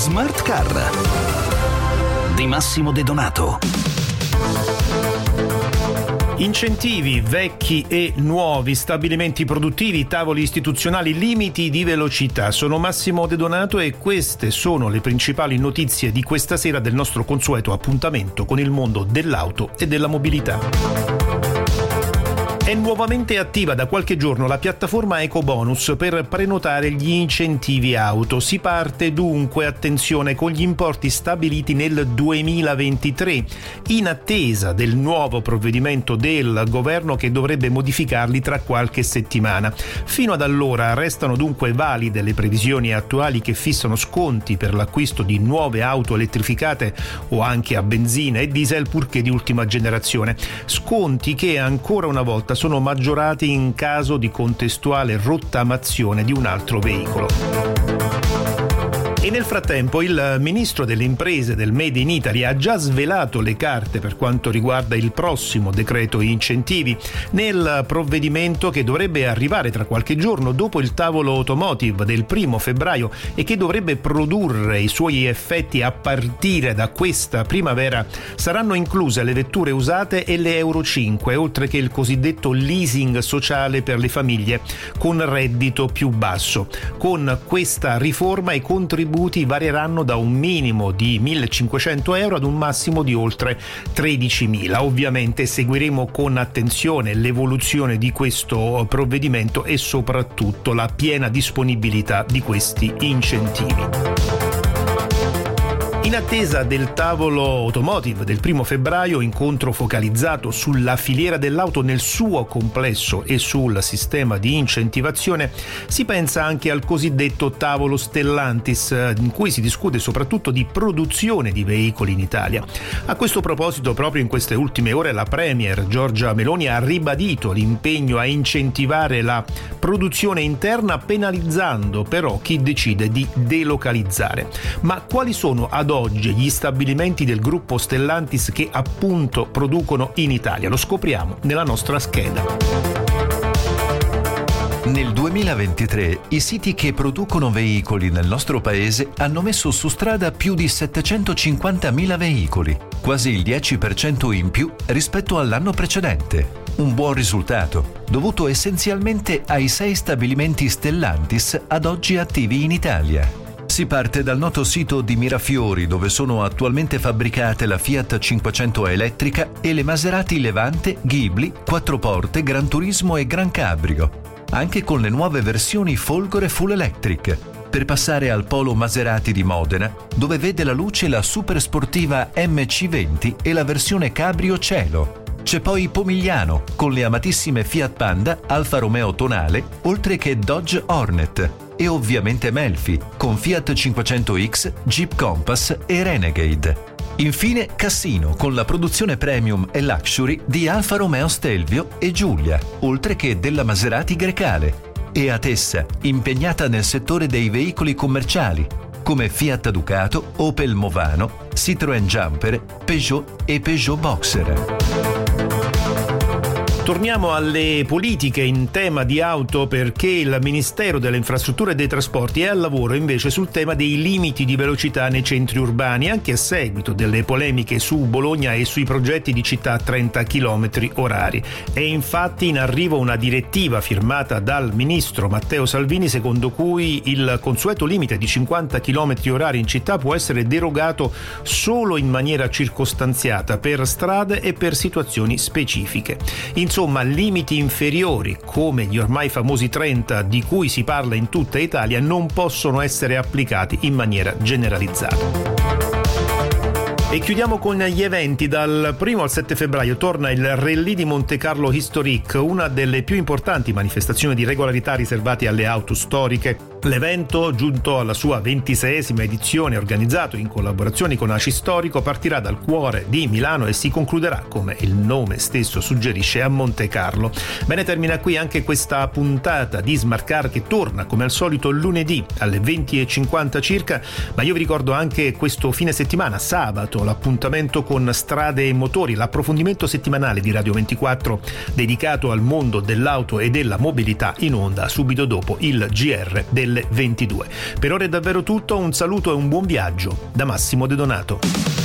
Smart Car di Massimo De Donato. Incentivi vecchi e nuovi, stabilimenti produttivi, tavoli istituzionali, limiti di velocità. Sono Massimo De Donato e queste sono le principali notizie di questa sera del nostro consueto appuntamento con il mondo dell'auto e della mobilità. È nuovamente attiva da qualche giorno la piattaforma EcoBonus per prenotare gli incentivi auto. Si parte dunque, attenzione, con gli importi stabiliti nel 2023, in attesa del nuovo provvedimento del governo che dovrebbe modificarli tra qualche settimana. Fino ad allora restano dunque valide le previsioni attuali che fissano sconti per l'acquisto di nuove auto elettrificate o anche a benzina e diesel purché di ultima generazione. Sconti che ancora una volta sono maggiorati in caso di contestuale rottamazione di un altro veicolo. E nel frattempo il ministro delle imprese del Made in Italy ha già svelato le carte per quanto riguarda il prossimo decreto incentivi nel provvedimento che dovrebbe arrivare tra qualche giorno dopo il tavolo automotive del 1 febbraio e che dovrebbe produrre i suoi effetti a partire da questa primavera. Saranno incluse le vetture usate e le Euro 5, oltre che il cosiddetto leasing sociale per le famiglie con reddito più basso. Con questa riforma i contributi varieranno da un minimo di 1.500 euro ad un massimo di oltre 13.000. Ovviamente seguiremo con attenzione l'evoluzione di questo provvedimento e soprattutto la piena disponibilità di questi incentivi. In attesa del tavolo automotive del 1 febbraio, incontro focalizzato sulla filiera dell'auto nel suo complesso e sul sistema di incentivazione, si pensa anche al cosiddetto tavolo Stellantis, in cui si discute soprattutto di produzione di veicoli in Italia. A questo proposito, proprio in queste ultime ore, la Premier Giorgia Meloni ha ribadito l'impegno a incentivare la produzione interna, penalizzando però chi decide di delocalizzare. Ma quali sono ad oggi gli stabilimenti del gruppo Stellantis che appunto producono in Italia? Lo scopriamo nella nostra scheda. Nel 2023 i siti che producono veicoli nel nostro paese hanno messo su strada più di 750.000 veicoli, quasi il 10% in più rispetto all'anno precedente. Un buon risultato, dovuto essenzialmente ai 6 stabilimenti Stellantis ad oggi attivi in Italia. Si parte dal noto sito di Mirafiori, dove sono attualmente fabbricate la Fiat 500 elettrica e le Maserati Levante, Ghibli, 4 porte, Gran Turismo e Gran Cabrio, anche con le nuove versioni Folgore Full Electric, per passare al polo Maserati di Modena, dove vede la luce la super sportiva MC20 e la versione Cabrio Cielo. C'è poi Pomigliano, con le amatissime Fiat Panda, Alfa Romeo Tonale, oltre che Dodge Hornet, e ovviamente Melfi, con Fiat 500X, Jeep Compass e Renegade. Infine Cassino, con la produzione premium e luxury di Alfa Romeo Stelvio e Giulia, oltre che della Maserati Grecale. E Atessa, impegnata nel settore dei veicoli commerciali, come Fiat Ducato, Opel Movano, Citroën Jumper, Peugeot e Peugeot Boxer. Torniamo alle politiche in tema di auto, perché il Ministero delle Infrastrutture e dei Trasporti è al lavoro invece sul tema dei limiti di velocità nei centri urbani, anche a seguito delle polemiche su Bologna e sui progetti di città a 30 km orari. È infatti in arrivo una direttiva firmata dal ministro Matteo Salvini, secondo cui il consueto limite di 50 km orari in città può essere derogato solo in maniera circostanziata per strade e per situazioni specifiche. Insomma, limiti inferiori, come gli ormai famosi 30 di cui si parla in tutta Italia, non possono essere applicati in maniera generalizzata. E chiudiamo con gli eventi. Dal 1 al 7 febbraio torna il Rally di Monte Carlo Historique, una delle più importanti manifestazioni di regolarità riservate alle auto storiche. L'evento, giunto alla sua 26esima edizione, organizzato in collaborazione con ACI Storico, partirà dal cuore di Milano e si concluderà, come il nome stesso suggerisce, a Monte Carlo. Bene, termina qui anche questa puntata di Smart Car, che torna come al solito lunedì alle 20:50 circa, ma io vi ricordo anche questo fine settimana, sabato, l'appuntamento con Strade e Motori, l'approfondimento settimanale di Radio 24 dedicato al mondo dell'auto e della mobilità, in onda subito dopo il GR delle delle 22. Per ora è davvero tutto, un saluto e un buon viaggio da Massimo De Donato.